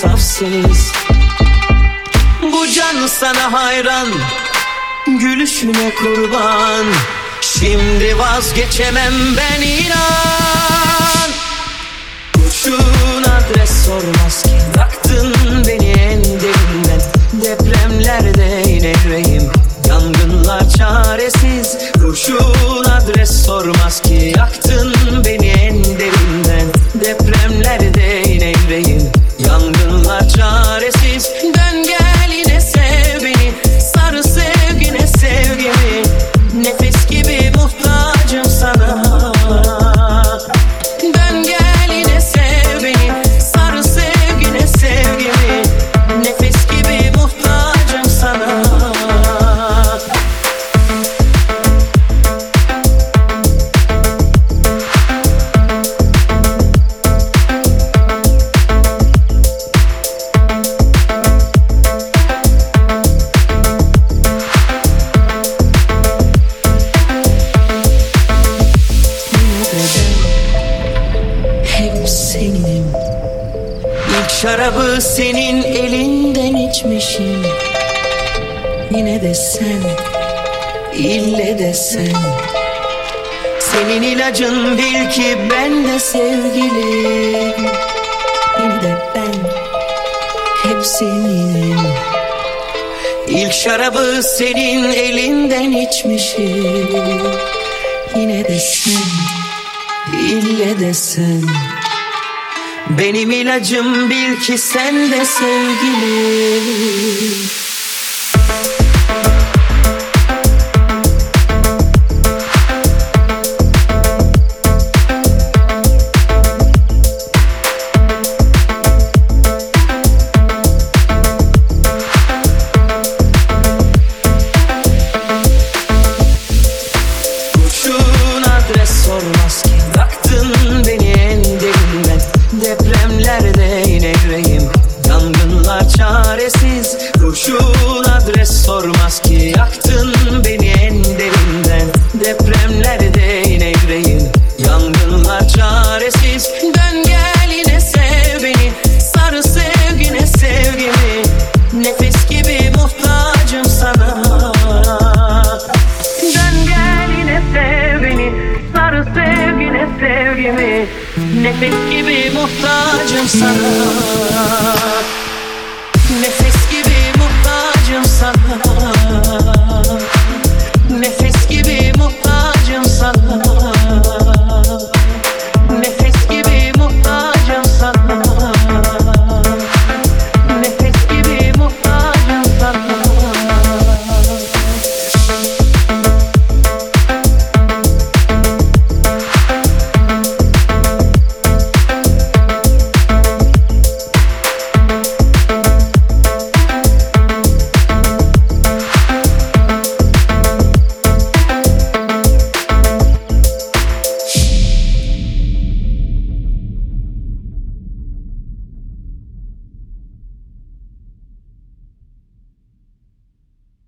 lafsız. Bu can sana hayran, gülüşüne kurban. Şimdi vazgeçemem ben inan. Kurşun adres sormaz ki, taktın beni en derinden. Depremlerde yine yüreğim, yangınlar çaresiz. Kurşun adres sormaz ki, yaktın beni en derinden. Depremlerde yine yüreğim, yangınlar çaresiz. Dön gel yine sev beni, sarı sevgine sevgimi. Nefes gibi muhtacım sana. Dön gel yine sev beni, sarı sevgine sevgimi. Nefes gibi muhtacım sana. Hep seninim. İlk şarabı senin elinden içmişim. Yine de sen, ille de sen. Senin ilacın bil ki ben de sevgilim. Yine de ben, hep seninim. İlk şarabı senin elinden içmişim. Yine de sen, ille de sen. Benim ilacım bil ki sen de sevgilim. Kurşun adres sormaz ki, taktın beni en derinden. Depremlerde yine yüreğim, yangınlar çaresiz. Kurşun adres sormaz ki, yaktın beni en derinden. Depremlerde yine yüreğim, yangınlar çaresiz. Dön gel yine sev beni, sarı sevgine sevgimi. Nefes gibi muhtacım sana. Dön gel yine sev beni, sarı sevgine sevgimi. Nefes gibi muhtacım sana. Nefes gibi muhtacım sana.